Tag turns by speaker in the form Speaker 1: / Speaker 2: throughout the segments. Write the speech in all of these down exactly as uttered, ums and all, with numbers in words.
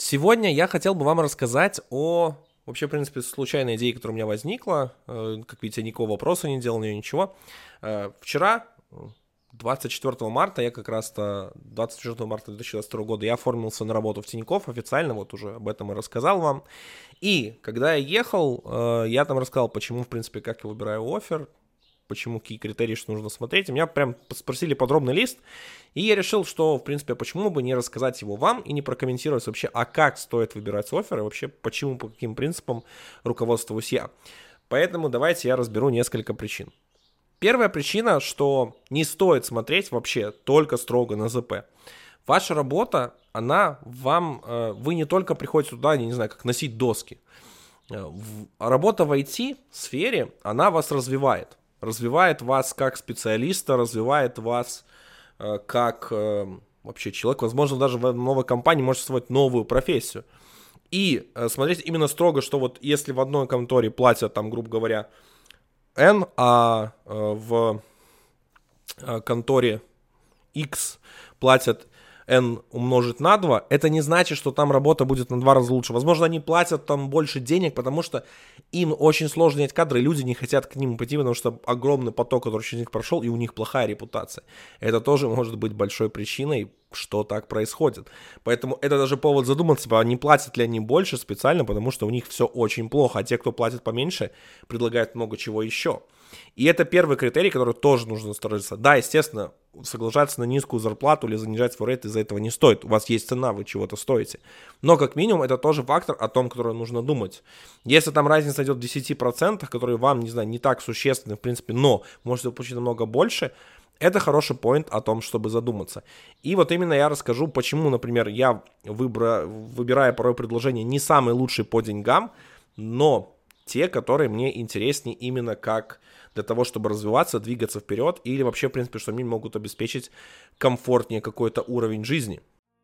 Speaker 1: Сегодня я хотел бы вам рассказать о, вообще, в принципе, случайной идее, которая у меня возникла. Как видите, никакого вопроса не делал, ничего. Вчера, двадцать четвёртого марта, я как раз-то, двадцать четвёртого марта две тысячи двадцать второго года, я оформился на работу в Тинькофф официально, вот уже об этом и рассказал вам. И когда я ехал, я там рассказал, почему, в принципе, как я выбираю оффер, почему, какие критерии, что нужно смотреть. И меня прям спросили подробный лист, и я решил, что, в принципе, почему бы не рассказать его вам и не прокомментировать вообще, а как стоит выбирать оффер, и вообще, почему, по каким принципам руководствуюсь я. Поэтому давайте я разберу несколько причин. Первая причина, что не стоит смотреть вообще только строго на ЗП. Ваша работа, она вам, вы не только приходите туда, не знаю, как носить доски. Работа в ай ти-сфере, она вас развивает. Развивает вас как специалиста, развивает вас э, как э, вообще человек. Возможно, даже в новой компании можете освоить новую профессию. И э, смотрите именно строго, что вот если в одной конторе платят, там, грубо говоря, N, а э, в э, конторе X платят N умножить на два, это не значит, что там работа будет на два раза лучше. Возможно, они платят там больше денег, потому что им очень сложно снять кадры, и люди не хотят к ним пойти, потому что огромный поток, который через них прошел, и у них плохая репутация. Это тоже может быть большой причиной, что так происходит. Поэтому это даже повод задуматься, типа, не платят ли они больше специально, потому что у них все очень плохо, а те, кто платит поменьше, предлагают много чего еще. И это первый критерий, который тоже нужно сторожиться. Да, естественно, соглашаться на низкую зарплату или занижать свой рейт из-за этого не стоит. У вас есть цена, вы чего-то стоите. Но, как минимум, это тоже фактор, о том, который нужно думать. Если там разница идет в десять процентов, которые вам, не знаю, не так существенны, в принципе, но можете получить намного больше, это хороший поинт о том, чтобы задуматься. И вот именно я расскажу, почему, например, я выбра... выбираю порой предложения не самые лучшие по деньгам, но те, которые мне интереснее именно как для того, чтобы развиваться, двигаться вперед, или вообще, в принципе, что мне могут обеспечить комфортнее какой-то уровень жизни.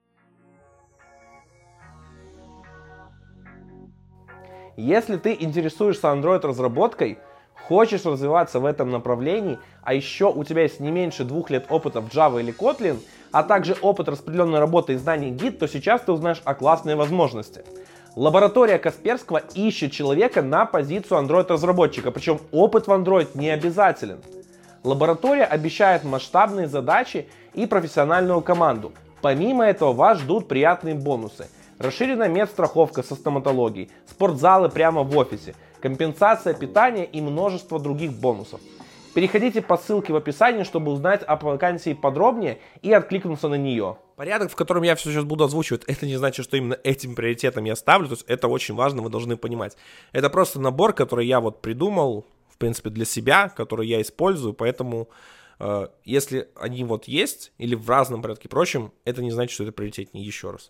Speaker 1: Если ты интересуешься Android-разработкой, хочешь развиваться в этом направлении, а еще у тебя есть не меньше двух лет опыта в Java или Kotlin, а также опыт распределенной работы и знаний гид, то сейчас ты узнаешь о классной возможности. Лаборатория Касперского ищет человека на позицию Android-разработчика, причем опыт в Android не обязателен. Лаборатория обещает масштабные задачи и профессиональную команду. Помимо этого вас ждут приятные бонусы. Расширенная медстраховка со стоматологией, спортзалы прямо в офисе, компенсация питания и множество других бонусов. Переходите по ссылке в описании, чтобы узнать о вакансии подробнее и откликнуться на нее. Порядок, в котором я все сейчас буду озвучивать, это не значит, что именно этим приоритетом я ставлю, то есть это очень важно, вы должны понимать. Это просто набор, который я вот придумал, в принципе, для себя, который я использую, поэтому э, если они вот есть или в разном порядке, прочем, это не значит, что это приоритетнее. Еще раз.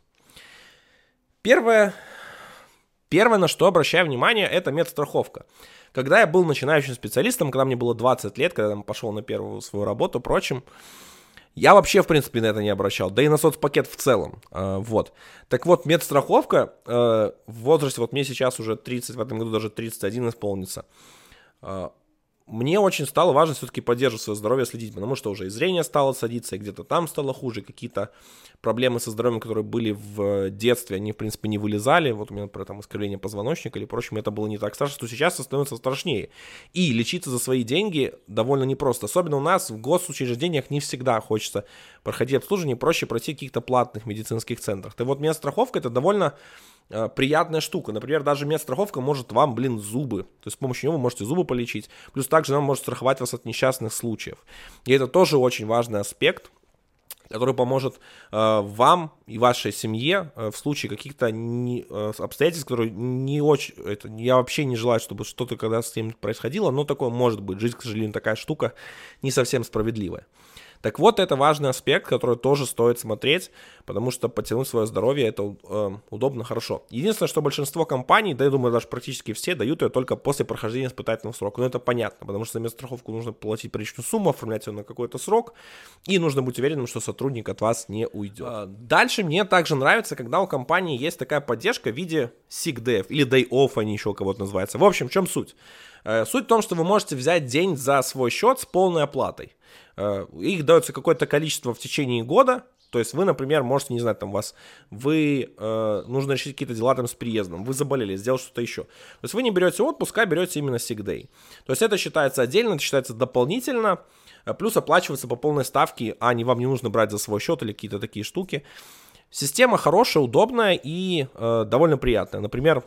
Speaker 1: Первое, первое, на что обращаю внимание, это медстраховка. Когда я был начинающим специалистом, когда мне было двадцать лет, когда я пошел на первую свою работу, прочим, я вообще, в принципе, на это не обращал, да и на соцпакет в целом, э, вот. Так вот, медстраховка э, в возрасте, вот мне сейчас уже тридцать, в этом году даже тридцать один исполнится, э, мне очень стало важно все-таки поддерживать свое здоровье, следить, потому что уже и зрение стало садиться, и где-то там стало хуже, какие-то проблемы со здоровьем, которые были в детстве, они, в принципе, не вылезали, вот у меня, например, там искривление позвоночника или прочим, это было не так страшно, что сейчас становится страшнее. И лечиться за свои деньги довольно непросто, особенно у нас в госучреждениях не всегда хочется проходить обслуживание, проще пройти в каких-то платных медицинских центрах. Так вот, медстраховка — это довольно э, приятная штука. Например, даже медстраховка может вам, блин, зубы, то есть с помощью него вы можете зубы полечить, плюс также она может страховать вас от несчастных случаев. И это тоже очень важный аспект, который поможет э, вам и вашей семье э, в случае каких-то не, э, обстоятельств, которые не очень, это, я вообще не желаю, чтобы что-то когда с ним происходило, но такое может быть. Жизнь, к сожалению, такая штука не совсем справедливая. Так вот, это важный аспект, который тоже стоит смотреть, потому что подтянуть свое здоровье — это э, удобно, хорошо. Единственное, что большинство компаний, да я думаю, даже практически все, дают ее только после прохождения испытательного срока. Но это понятно, потому что за медстраховку нужно платить приличную сумму, оформлять ее на какой-то срок, и нужно быть уверенным, что сотрудник от вас не уйдет. Дальше мне также нравится, когда у компании есть такая поддержка в виде sick day или day off, они еще у кого-то называются. В общем, в чем суть? Суть в том, что вы можете взять день за свой счет с полной оплатой. Их дается какое-то количество в течение года, То есть вы, например, можете, не знаю, там вас, вы, э, нужно решить какие-то дела там с переездом, вы заболели, сделать что-то еще. То есть вы не берете отпуск, а берете именно sick day. То есть это считается отдельно, это считается дополнительно, плюс оплачивается по полной ставке, а не вам не нужно брать за свой счет или какие-то такие штуки. Система хорошая, удобная и э, довольно приятная. Например,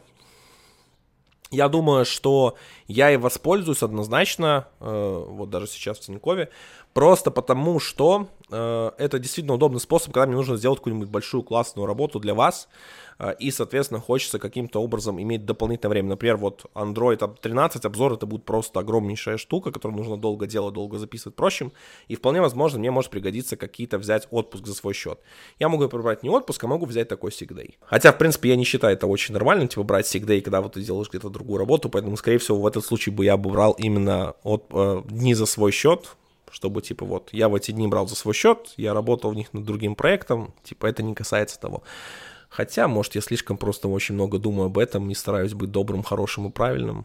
Speaker 1: я думаю, что я и воспользуюсь однозначно, э, вот даже сейчас в Тинькове, просто потому что э, это действительно удобный способ, когда мне нужно сделать какую-нибудь большую классную работу для вас, э, и, соответственно, хочется каким-то образом иметь дополнительное время. Например, вот Android тринадцать обзор, это будет просто огромнейшая штука, которую нужно долго делать, долго записывать, прочим, и вполне возможно мне может пригодиться какие-то взять отпуск за свой счет. Я могу брать не отпуск, а могу взять такой sick day. Хотя, в принципе, я не считаю это очень нормальным, типа брать sick day, когда вот ты делаешь где-то другую работу, поэтому, скорее всего, в этот случай бы я бы брал именно от, э, дни за свой счет, чтобы, типа, вот, я в эти дни брал за свой счет, я работал в них над другим проектом, типа, это не касается того. Хотя, может, я слишком просто очень много думаю об этом, не стараюсь быть добрым, хорошим и правильным.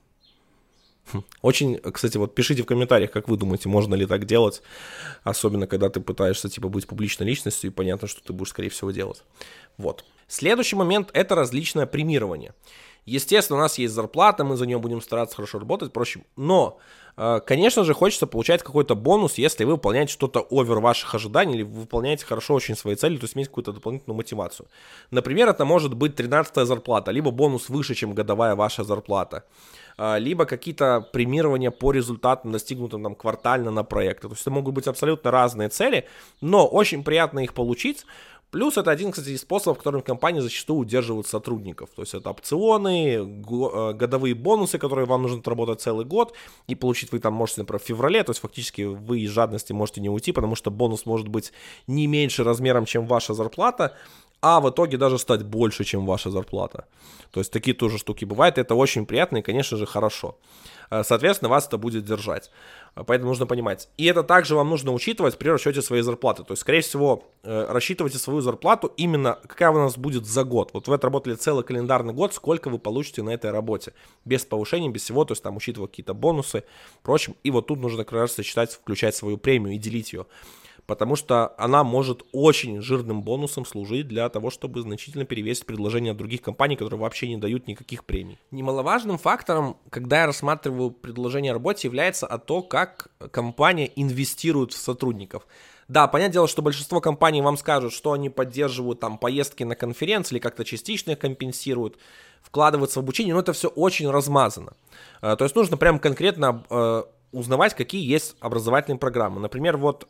Speaker 1: Очень, кстати, вот пишите в комментариях, как вы думаете, можно ли так делать, особенно когда ты пытаешься, типа, быть публичной личностью, и понятно, что ты будешь, скорее всего, делать. Вот. Следующий момент – это различное премирование. Естественно, у нас есть зарплата, мы за нее будем стараться хорошо работать, впрочем, но, конечно же, хочется получать какой-то бонус, если вы выполняете что-то овер ваших ожиданий или вы выполняете хорошо очень свои цели, то есть иметь какую-то дополнительную мотивацию. Например, это может быть тринадцатая зарплата, либо бонус выше, чем годовая ваша зарплата, либо какие-то премирования по результатам, достигнутым там квартально на проекты. То есть это могут быть абсолютно разные цели, но очень приятно их получить. Плюс это один, кстати, из способов, которым компании зачастую удерживают сотрудников. То есть это опционы, годовые бонусы, которые вам нужно отработать целый год, и получить вы там можете, например, в феврале, то есть фактически вы из жадности можете не уйти, потому что бонус может быть не меньше размером, чем ваша зарплата, а в итоге даже стать больше, чем ваша зарплата. То есть такие тоже штуки бывают, и это очень приятно и, конечно же, хорошо. Соответственно, вас это будет держать. Поэтому нужно понимать. И это также вам нужно учитывать при расчете своей зарплаты. То есть, скорее всего, рассчитывайте свою зарплату именно, какая у нас будет за год. Вот вы отработали целый календарный год, сколько вы получите на этой работе. Без повышения, без всего, то есть там учитывая какие-то бонусы, впрочем. И вот тут нужно как раз сочетать, включать свою премию и делить ее. Потому что она может очень жирным бонусом служить для того, чтобы значительно перевесить предложения от других компаний, которые вообще не дают никаких премий. Немаловажным фактором, когда я рассматриваю предложение о работе, является то, как компания инвестирует в сотрудников. Да, понятное дело, что большинство компаний вам скажут, что они поддерживают там поездки на конференции или как-то частично их компенсируют, вкладываются в обучение, но это все очень размазано. То есть нужно прям конкретно узнавать, какие есть образовательные программы. Например, вот...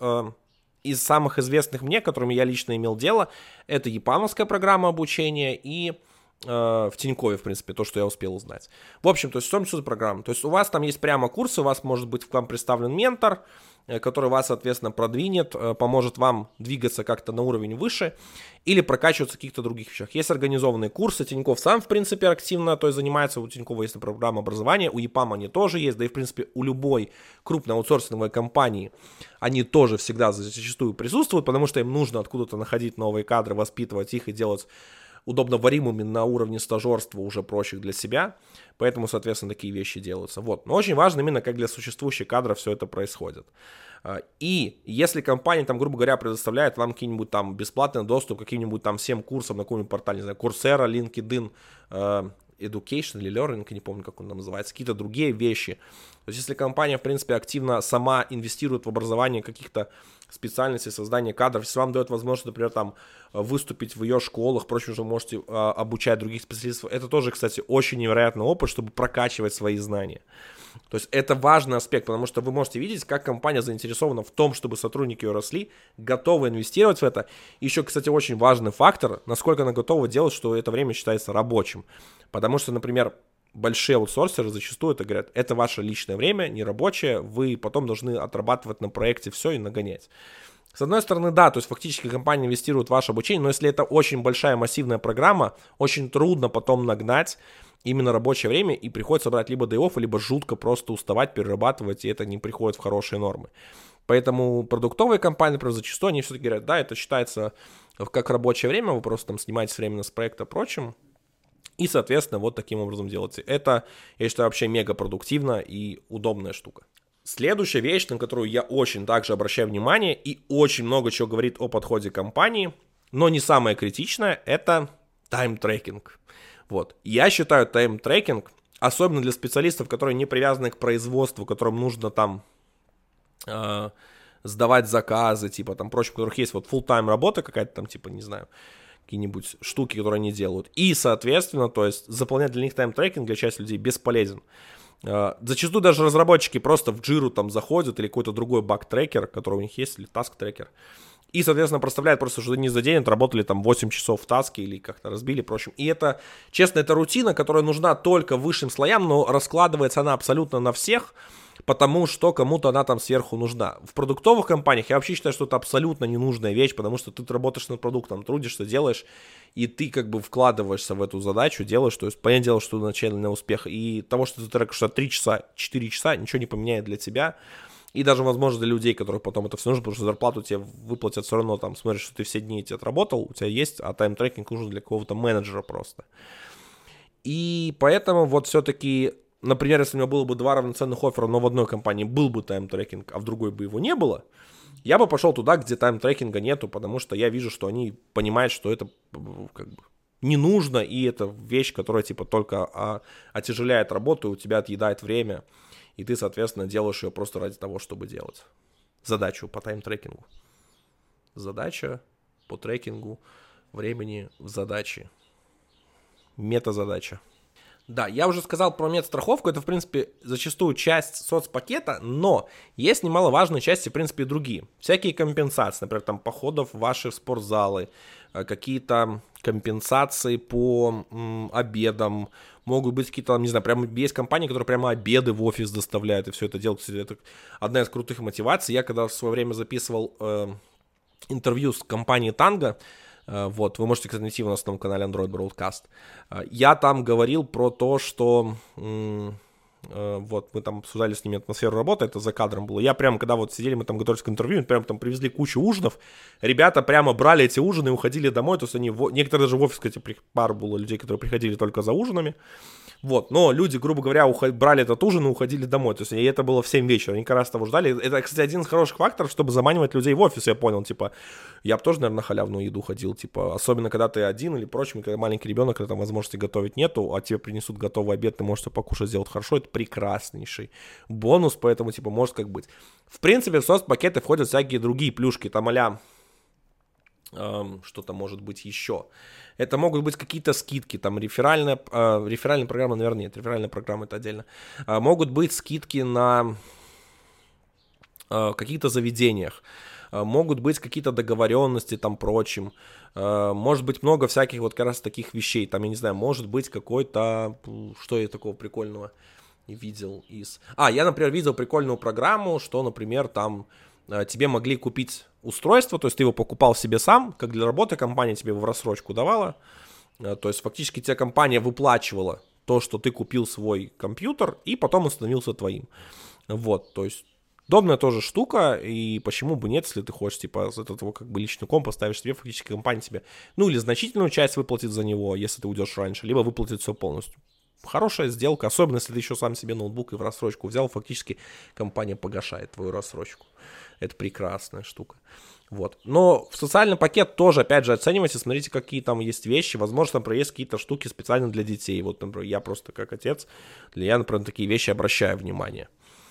Speaker 1: из самых известных мне, которыми я лично имел дело, это епамовская программа обучения и э, в Тинькове, в принципе, то, что я успел узнать. В общем, то есть, в чем суть программы? То есть у вас там есть прямо курсы, у вас может быть к вам представлен ментор, э, который вас, соответственно, продвинет, э, поможет вам двигаться как-то на уровень выше или прокачиваться в каких-то других вещах. Есть организованные курсы, Тинькофф сам, в принципе, активно, то есть занимается, у Тинькова есть программа образования, у ЕПАМа они тоже есть, да и, в принципе, у любой крупной аутсорсинговой компании они тоже всегда зачастую присутствуют, потому что им нужно откуда-то находить новые кадры, воспитывать их и делать удобно варимыми на уровне стажерства уже прочих для себя, поэтому, соответственно, такие вещи делаются. Вот. Но очень важно именно, как для существующих кадров все это происходит. И если компания, там, грубо говоря, предоставляет вам какие-нибудь там бесплатный доступ к каким-нибудь там всем курсам на каком-нибудь портале, не знаю, Coursera, LinkedIn, Education или Learning, не помню, как он там называется, какие-то другие вещи. То есть, если компания, в принципе, активно сама инвестирует в образование каких-то специальностей, создание кадров, если вам дает возможность, например, там, выступить в ее школах, впрочем, уже можете а, обучать других специалистов, это тоже, кстати, очень невероятный опыт, чтобы прокачивать свои знания. То есть это важный аспект, потому что вы можете видеть, как компания заинтересована в том, чтобы сотрудники ее росли, готовы инвестировать в это. Еще, кстати, очень важный фактор, насколько она готова делать, что это время считается рабочим. Потому что, например, большие аутсорсеры зачастую это говорят, это ваше личное время, не рабочее, вы потом должны отрабатывать на проекте все и нагонять. С одной стороны, да, то есть фактически компания инвестирует в ваше обучение, но если это очень большая массивная программа, очень трудно потом нагнать именно рабочее время, и приходится брать либо дэй-офф, либо жутко просто уставать, перерабатывать, и это не приходит в хорошие нормы. Поэтому продуктовые компании, например, зачастую они все-таки говорят, да, это считается как рабочее время, вы просто там снимаете временно с проекта и прочим, и, соответственно, вот таким образом делаете. Это, я считаю, вообще мега продуктивно и удобная штука. Следующая вещь, на которую я очень также обращаю внимание и очень много чего говорит о подходе компании, но не самое критичное, это тайм-трекинг. Вот. Я считаю тайм-трекинг, особенно для специалистов, которые не привязаны к производству, которым нужно там э, сдавать заказы, типа там прочее, у которых есть вот full-time работа какая-то там, типа, не знаю, какие-нибудь штуки, которые они делают. И, соответственно, то есть заполнять для них тайм-трекинг для части людей бесполезен. Uh, зачастую даже разработчики просто в Jira там заходят или какой-то другой баг-трекер, который у них есть, или task-трекер, и, соответственно, проставляют просто, что они за день отработали там восемь часов в таске или как-то разбили, прочим. И это, честно, это рутина, которая нужна только высшим слоям, но раскладывается она абсолютно на всех, потому что кому-то она там сверху нужна. В продуктовых компаниях я вообще считаю, что это абсолютно ненужная вещь, потому что ты работаешь над продуктом, трудишься, делаешь, и ты как бы вкладываешься в эту задачу, делаешь, то есть, понятное дело, что начальный успех, и того, что ты трекаешь три часа, четыре часа, ничего не поменяет для тебя, и даже, возможно, для людей, которые потом это все нужно, потому что зарплату тебе выплатят все равно, там, смотришь, что ты все дни эти отработал, у тебя есть, а тайм-трекинг нужен для какого-то менеджера просто. И поэтому вот все-таки, например, если у меня было бы два равноценных оффера, но в одной компании был бы тайм-трекинг, а в другой бы его не было, я бы пошел туда, где тайм-трекинга нету, потому что я вижу, что они понимают, что это как бы не нужно, и это вещь, которая типа только а, отяжеляет работу, и у тебя отъедает время, и ты, соответственно, делаешь ее просто ради того, чтобы делать задачу по тайм-трекингу. Задача по трекингу времени в задаче. Мета-задача. Да, я уже сказал про медстраховку, это, в принципе, зачастую часть соцпакета, но есть немаловажные части, в принципе, и другие. Всякие компенсации, например, там, походов в ваши спортзалы, какие-то компенсации по м, обедам, могут быть какие-то, не знаю, прямо есть компании, которые прямо обеды в офис доставляют, и все это делают. Кстати, это одна из крутых мотиваций. Я когда в свое время записывал э, интервью с компанией Tango, вот, вы можете, кстати, найти его на основном канале Android Broadcast. Я там говорил про то, что вот мы там обсуждали с ними атмосферу работы, это за кадром было. Я прямо, когда вот сидели, мы там готовились к интервью, прямо там привезли кучу ужинов, ребята прямо брали эти ужины и уходили домой, то есть они, некоторые даже в офис, кстати, пара было людей, которые приходили только за ужинами. Вот, но люди, грубо говоря, уход... брали этот ужин и уходили домой, то есть и это было в семь вечера, они как раз того ждали. Это, кстати, один из хороших факторов, чтобы заманивать людей в офис, я понял, типа, я бы тоже, наверное, на халявную еду ходил, типа, особенно когда ты один или прочим, когда маленький ребенок, когда там возможности готовить нету, а тебе принесут готовый обед, ты можешь покушать, сделать хорошо, это прекраснейший бонус, поэтому, типа, может как быть. В принципе, в соцпакеты входят всякие другие плюшки, там а-ля эм, что-то может быть еще. Это могут быть какие-то скидки, там реферальная, э, реферальная программа, наверное, нет, реферальная программа это отдельно. Э, могут быть скидки на э, каких-то заведениях, э, могут быть какие-то договоренности там прочим, э, может быть много всяких вот как раз таких вещей, там, я не знаю, может быть какой-то, что я такого прикольного видел из... А, я, например, видел прикольную программу, что, например, там тебе могли купить устройство, то есть ты его покупал себе сам, как для работы компания тебе его в рассрочку давала, то есть фактически тебе компания выплачивала то, что ты купил свой компьютер, и потом он становился твоим. Вот, то есть удобная тоже штука, и почему бы нет, если ты хочешь, типа, с этого как бы личный комп поставишь себе, фактически компания тебе, ну, или значительную часть выплатит за него, если ты уйдешь раньше, либо выплатит все полностью. Хорошая сделка, особенно если ты еще сам себе ноутбук и в рассрочку взял, фактически компания погашает твою рассрочку. Это прекрасная штука. Вот. Но в социальный пакет тоже, опять же, оценивайте, смотрите, какие там есть вещи. Возможно, там есть какие-то штуки специально для детей. Вот, например, я просто как отец, для я, например, на такие вещи обращаю внимание.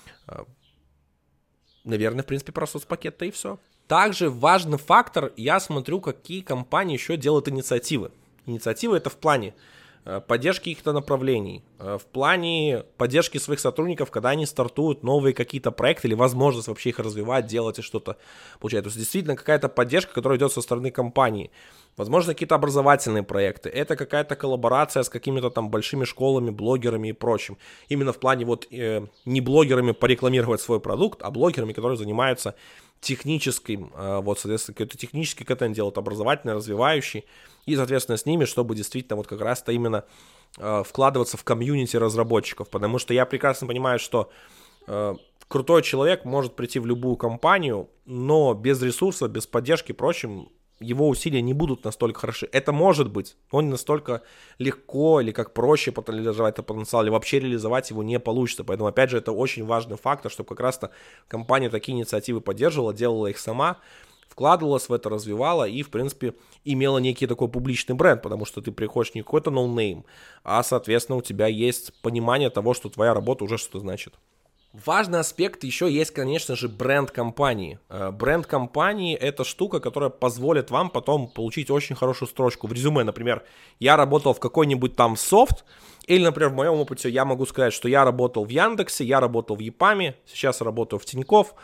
Speaker 1: Наверное, в принципе, про соцпакет-то и все. Также важный фактор, я смотрю, какие компании еще делают инициативы. Инициативы это в плане поддержки их-то направлений, в плане поддержки своих сотрудников, когда они стартуют новые какие-то проекты или возможность вообще их развивать, делать и что-то получать. То есть действительно какая-то поддержка, которая идет со стороны компании. Возможно, какие-то образовательные проекты. Это какая-то коллаборация с какими-то там большими школами, блогерами и прочим. Именно в плане вот э, не блогерами порекламировать свой продукт, а блогерами, которые занимаются техническим, э, вот, соответственно, какой-то технический контент делают, образовательный, развивающий. И, соответственно, с ними, чтобы действительно вот как раз-то именно э, вкладываться в комьюнити разработчиков. Потому что я прекрасно понимаю, что э, крутой человек может прийти в любую компанию, но без ресурсов, без поддержки и прочим, его усилия не будут настолько хороши. Это может быть, но не настолько легко или как проще реализовать этот потенциал, или вообще реализовать его не получится. Поэтому, опять же, это очень важный фактор, чтобы как раз-то компания такие инициативы поддерживала, делала их сама, вкладывалась в это, развивала и, в принципе, имела некий такой публичный бренд, потому что ты приходишь не какой-то ноунейм, а, соответственно, у тебя есть понимание того, что твоя работа уже что-то значит. Важный аспект еще есть, конечно же, бренд компании. Бренд компании — это штука, которая позволит вам потом получить очень хорошую строчку в резюме. Например, я работал в какой-нибудь там софт, или, например, в моем опыте я могу сказать, что я работал в Яндексе, я работал в Епаме, сейчас работаю в Тинькофф.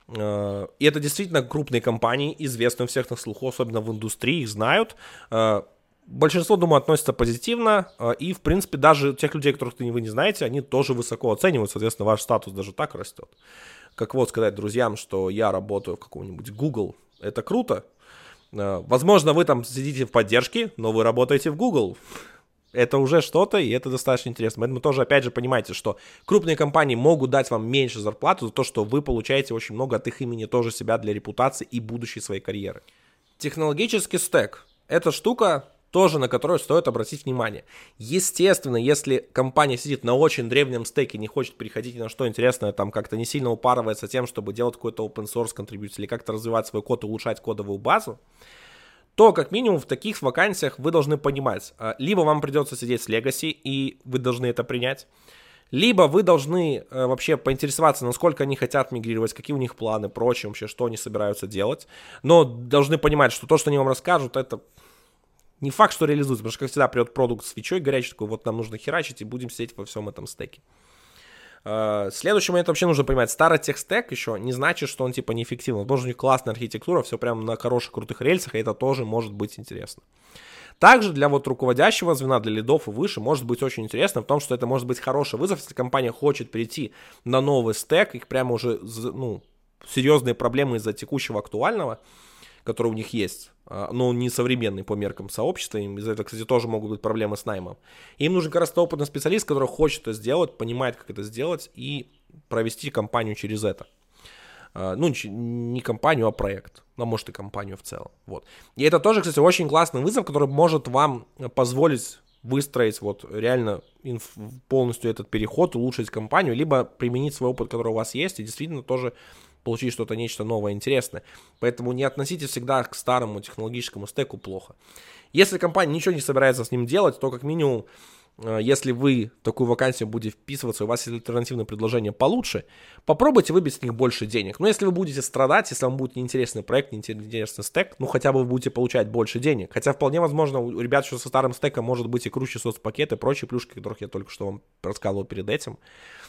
Speaker 1: И это действительно крупные компании, известные у всех на слуху, особенно в индустрии, их знают. Большинство, думаю, относится позитивно, и, в принципе, даже тех людей, которых вы не знаете, они тоже высоко оценивают, соответственно, ваш статус даже так растет. Как вот сказать друзьям, что я работаю в каком-нибудь Google, это круто. Возможно, вы там сидите в поддержке, но вы работаете в Google. Это уже что-то, и это достаточно интересно. Поэтому тоже, опять же, понимаете, что крупные компании могут дать вам меньше зарплату за то, что вы получаете очень много от их имени тоже себя для репутации и будущей своей карьеры. Технологический стек – это штука, тоже на которую стоит обратить внимание. Естественно, если компания сидит на очень древнем стеке, не хочет переходить ни на что интересное, там как-то не сильно упарывается тем, чтобы делать какой-то open source contribution или как-то развивать свой код и улучшать кодовую базу, то как минимум в таких вакансиях вы должны понимать, либо вам придется сидеть с Legacy, и вы должны это принять, либо вы должны э, вообще поинтересоваться, насколько они хотят мигрировать, какие у них планы, прочее, вообще, что они собираются делать, но должны понимать, что то, что они вам расскажут, это не факт, что реализуется, потому что, как всегда, придет продукт с фичой горячий, такой, вот нам нужно херачить, и будем сидеть во всем этом стеке. Следующий момент вообще нужно понимать, старый техстек еще не значит, что он типа неэффективный. Возможно, у них классная архитектура, все прям на хороших, крутых рельсах, и это тоже может быть интересно. Также для вот руководящего звена, для лидов и выше, может быть очень интересно в том, что это может быть хороший вызов, если компания хочет перейти на новый стек, их прямо уже, ну, серьезные проблемы из-за текущего актуального, который у них есть, но не современный по меркам сообщества, из-за этого, кстати, тоже могут быть проблемы с наймом. Им нужен как раз опытный специалист, который хочет это сделать, понимает, как это сделать, и провести компанию через это. Ну, не компанию, а проект, а может и компанию в целом. Вот. И это тоже, кстати, очень классный вызов, который может вам позволить выстроить вот реально инф- полностью этот переход, улучшить компанию, либо применить свой опыт, который у вас есть, и действительно тоже получить что-то, нечто новое, интересное. Поэтому не относитесь всегда к старому технологическому стеку плохо. Если компания ничего не собирается с ним делать, то как минимум, если вы в такую вакансию будете вписываться, у вас есть альтернативное предложение получше, попробуйте выбить с них больше денег. Но если вы будете страдать, если вам будет неинтересный проект, неинтересный стек, ну хотя бы вы будете получать больше денег. Хотя вполне возможно, у ребят, что со старым стеком может быть и круче соцпакеты и прочие плюшки, которых я только что вам рассказывал перед этим.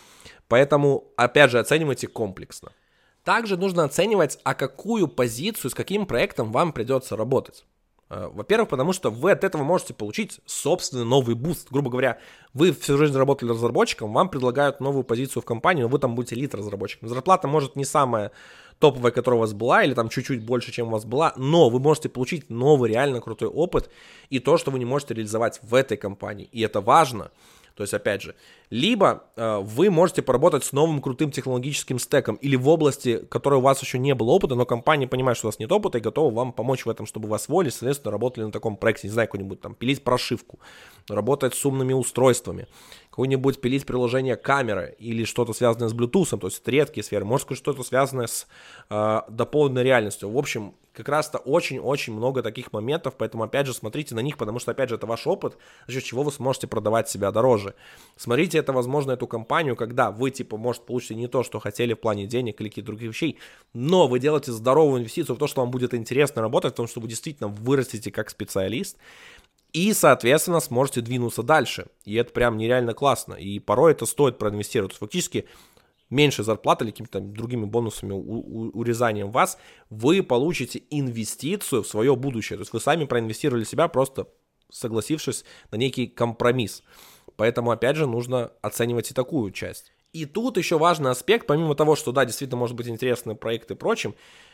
Speaker 1: Поэтому, опять же, оценивайте комплексно. Также нужно оценивать, а какую позицию, с каким проектом вам придется работать. Во-первых, потому что вы от этого можете получить собственный новый буст. Грубо говоря, вы всю жизнь работали разработчиком, вам предлагают новую позицию в компании, но вы там будете лид-разработчиком. Зарплата может не самая топовая, которая у вас была, или там чуть-чуть больше, чем у вас была, но вы можете получить новый, реально крутой опыт и то, что вы не можете реализовать в этой компании. И это важно. То есть, опять же, либо э, вы можете поработать с новым крутым технологическим стеком или в области, которой у вас еще не было опыта, но компания понимает, что у вас нет опыта и готова вам помочь в этом, чтобы вас уволили, соответственно, работали на таком проекте, не знаю, какой-нибудь там пилить прошивку, работать с умными устройствами, какой-нибудь пилить приложение камеры или что-то связанное с Bluetooth, то есть это редкие сферы, может быть, что-то связанное с э, дополненной реальностью. В общем, как раз-то очень-очень много таких моментов, поэтому, опять же, смотрите на них, потому что, опять же, это ваш опыт, за счет чего вы сможете продавать себя дороже. Смотрите, это, возможно, эту компанию, когда вы, типа, может, получите не то, что хотели в плане денег или каких-то других вещей, но вы делаете здоровую инвестицию в то, что вам будет интересно работать, в том, что вы действительно вырастете как специалист, и, соответственно, сможете двинуться дальше. И это прям нереально классно. И порой это стоит проинвестировать. То есть, фактически, меньше зарплаты или какими-то другими бонусами, у- у- урезанием вас, вы получите инвестицию в свое будущее. То есть вы сами проинвестировали себя, просто согласившись на некий компромисс. Поэтому, опять же, нужно оценивать и такую часть. И тут еще важный аспект, помимо того, что, да, действительно, может быть интересный проект и прочим,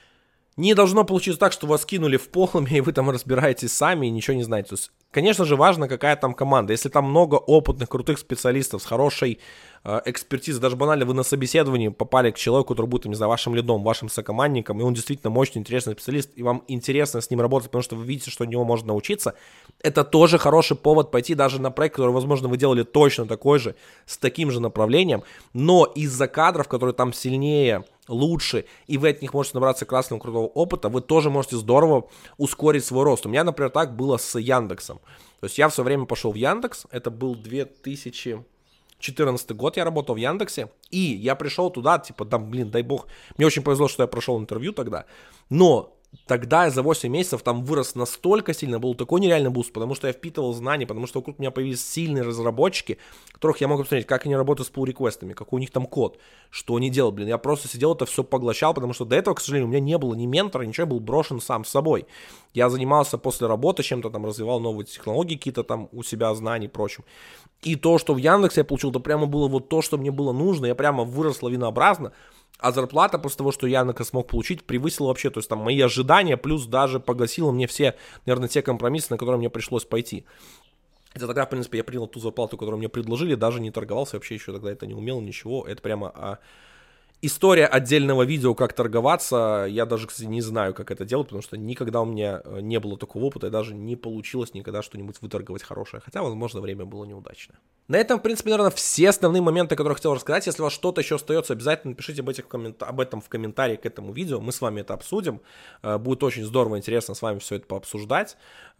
Speaker 1: не должно получиться так, что вас кинули в полами, и вы там разбираетесь сами и ничего не знаете. То есть, конечно же, важно, какая там команда. Если там много опытных, крутых специалистов с хорошей экспертизы, даже банально вы на собеседовании попали к человеку, который будет, не знаю, вашим лидом, вашим сокомандником, и он действительно мощный, интересный специалист, и вам интересно с ним работать, потому что вы видите, что у него можно научиться, это тоже хороший повод пойти даже на проект, который, возможно, вы делали точно такой же, с таким же направлением, но из-за кадров, которые там сильнее, лучше, и вы от них можете набраться классного, крутого опыта, вы тоже можете здорово ускорить свой рост. У меня, например, так было с Яндексом. То есть я в свое время пошел в Яндекс, это был две тысячи четырнадцатый год, я работал в Яндексе, и я пришел туда, типа, там, блин, дай бог, мне очень повезло, что я прошел интервью тогда, но тогда я за восемь месяцев там вырос настолько сильно, был такой нереальный буст, потому что я впитывал знания, потому что вокруг меня появились сильные разработчики, которых я мог посмотреть, как они работают с pull-реквестами, какой у них там код, что они делают, блин, я просто сидел это все поглощал, потому что до этого, к сожалению, у меня не было ни ментора, ничего, я был брошен сам с собой. Я занимался после работы чем-то там, развивал новые технологии какие-то там у себя, знаний и прочим. И то, что в Яндексе я получил, это прямо было вот то, что мне было нужно, я прямо вырос лавинообразно. А зарплата после того, что я смог получить, превысила вообще, то есть там мои ожидания, плюс даже погасила мне все, наверное, те компромиссы, на которые мне пришлось пойти. Это тогда, в принципе, я принял ту зарплату, которую мне предложили, даже не торговался, вообще еще тогда это не умел, ничего. Это прямо а, история отдельного видео, как торговаться. Я даже, кстати, не знаю, как это делать, потому что никогда у меня не было такого опыта, и даже не получилось никогда что-нибудь выторговать хорошее. Хотя, возможно, время было неудачное. На этом, в принципе, наверное, все основные моменты, которые хотел рассказать. Если у вас что-то еще остается, обязательно напишите об, этих коммент... об этом в комментарии к этому видео. Мы с вами это обсудим. Будет очень здорово, интересно с вами все это пообсуждать.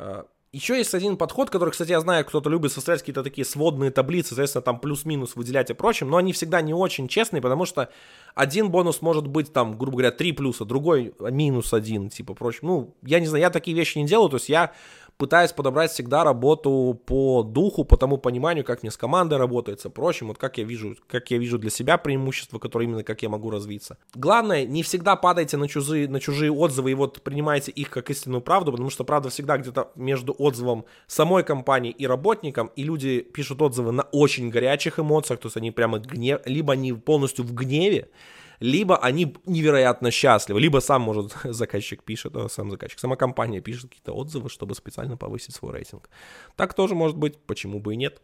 Speaker 1: Еще есть один подход, который, кстати, я знаю, кто-то любит составлять какие-то такие сводные таблицы, соответственно, там плюс-минус выделять и прочим, но они всегда не очень честные, потому что один бонус может быть там, грубо говоря, три плюса, другой минус один, типа прочим. Ну, я не знаю, я такие вещи не делаю, то есть я пытаюсь подобрать всегда работу по духу, по тому пониманию, как мне с командой работается, прочим, вот как я вижу, как я вижу для себя преимущества, которые именно как я могу развиться. Главное, не всегда падайте на чужие, на чужие отзывы и вот принимайте их как истинную правду, потому что правда всегда где-то между отзывом самой компании и работником, и люди пишут отзывы на очень горячих эмоциях, то есть они прямо гнев, либо они полностью в гневе, либо они невероятно счастливы, либо сам, может, заказчик пишет, да, сам заказчик, сама компания пишет какие-то отзывы, чтобы специально повысить свой рейтинг. Так тоже может быть, почему бы и нет.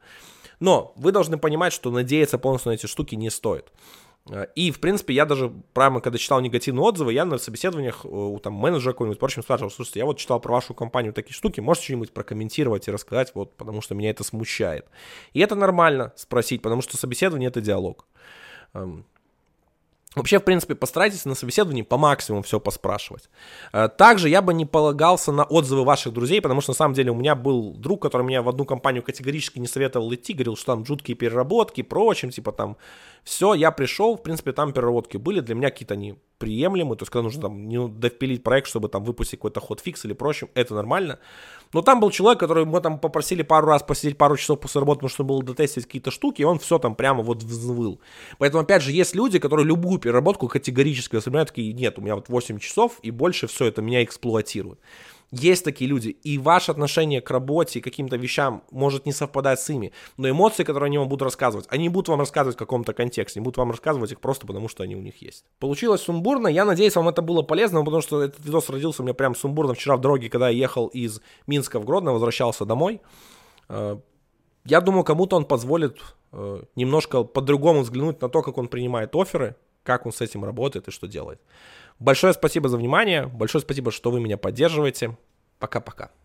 Speaker 1: Но вы должны понимать, что надеяться полностью на эти штуки не стоит. И, в принципе, я даже прямо, когда читал негативные отзывы, я на собеседованиях у там, менеджера какого-нибудь, впрочем, спрашивал, слушайте, я вот читал про вашу компанию такие штуки, можете что-нибудь прокомментировать и рассказать, вот, потому что меня это смущает. И это нормально спросить, потому что собеседование — это диалог. Вообще, в принципе, постарайтесь на собеседовании по максимуму все поспрашивать. Также я бы не полагался на отзывы ваших друзей, потому что, на самом деле, у меня был друг, который меня в одну компанию категорически не советовал идти, говорил, что там жуткие переработки, прочим, типа там все. Я пришел, в принципе, там переработки были, для меня какие-то они приемлемые, то есть, когда нужно там не довпилить проект, чтобы там выпустить какой-то хотфикс или прочим, это нормально. Но там был человек, который мы там попросили пару раз посидеть пару часов после работы, потому что было дотестить какие-то штуки, и он все там прямо вот взвыл. Поэтому, опять же, есть люди, которые любую переработку категорически воспринимают, такие, нет, у меня вот восемь часов, и больше все это меня эксплуатирует. Есть такие люди, и ваше отношение к работе и каким-то вещам может не совпадать с ими, но эмоции, которые они вам будут рассказывать, они будут вам рассказывать в каком-то контексте, не будут вам рассказывать их просто потому, что они у них есть. Получилось сумбурно, я надеюсь, вам это было полезно, потому что этот видос родился у меня прям сумбурно вчера в дороге, когда я ехал из Минска в Гродно, возвращался домой. Я думаю, кому-то он позволит немножко по-другому взглянуть на то, как он принимает офферы, как он с этим работает и что делает. Большое спасибо за внимание, большое спасибо, что вы меня поддерживаете. Пока-пока.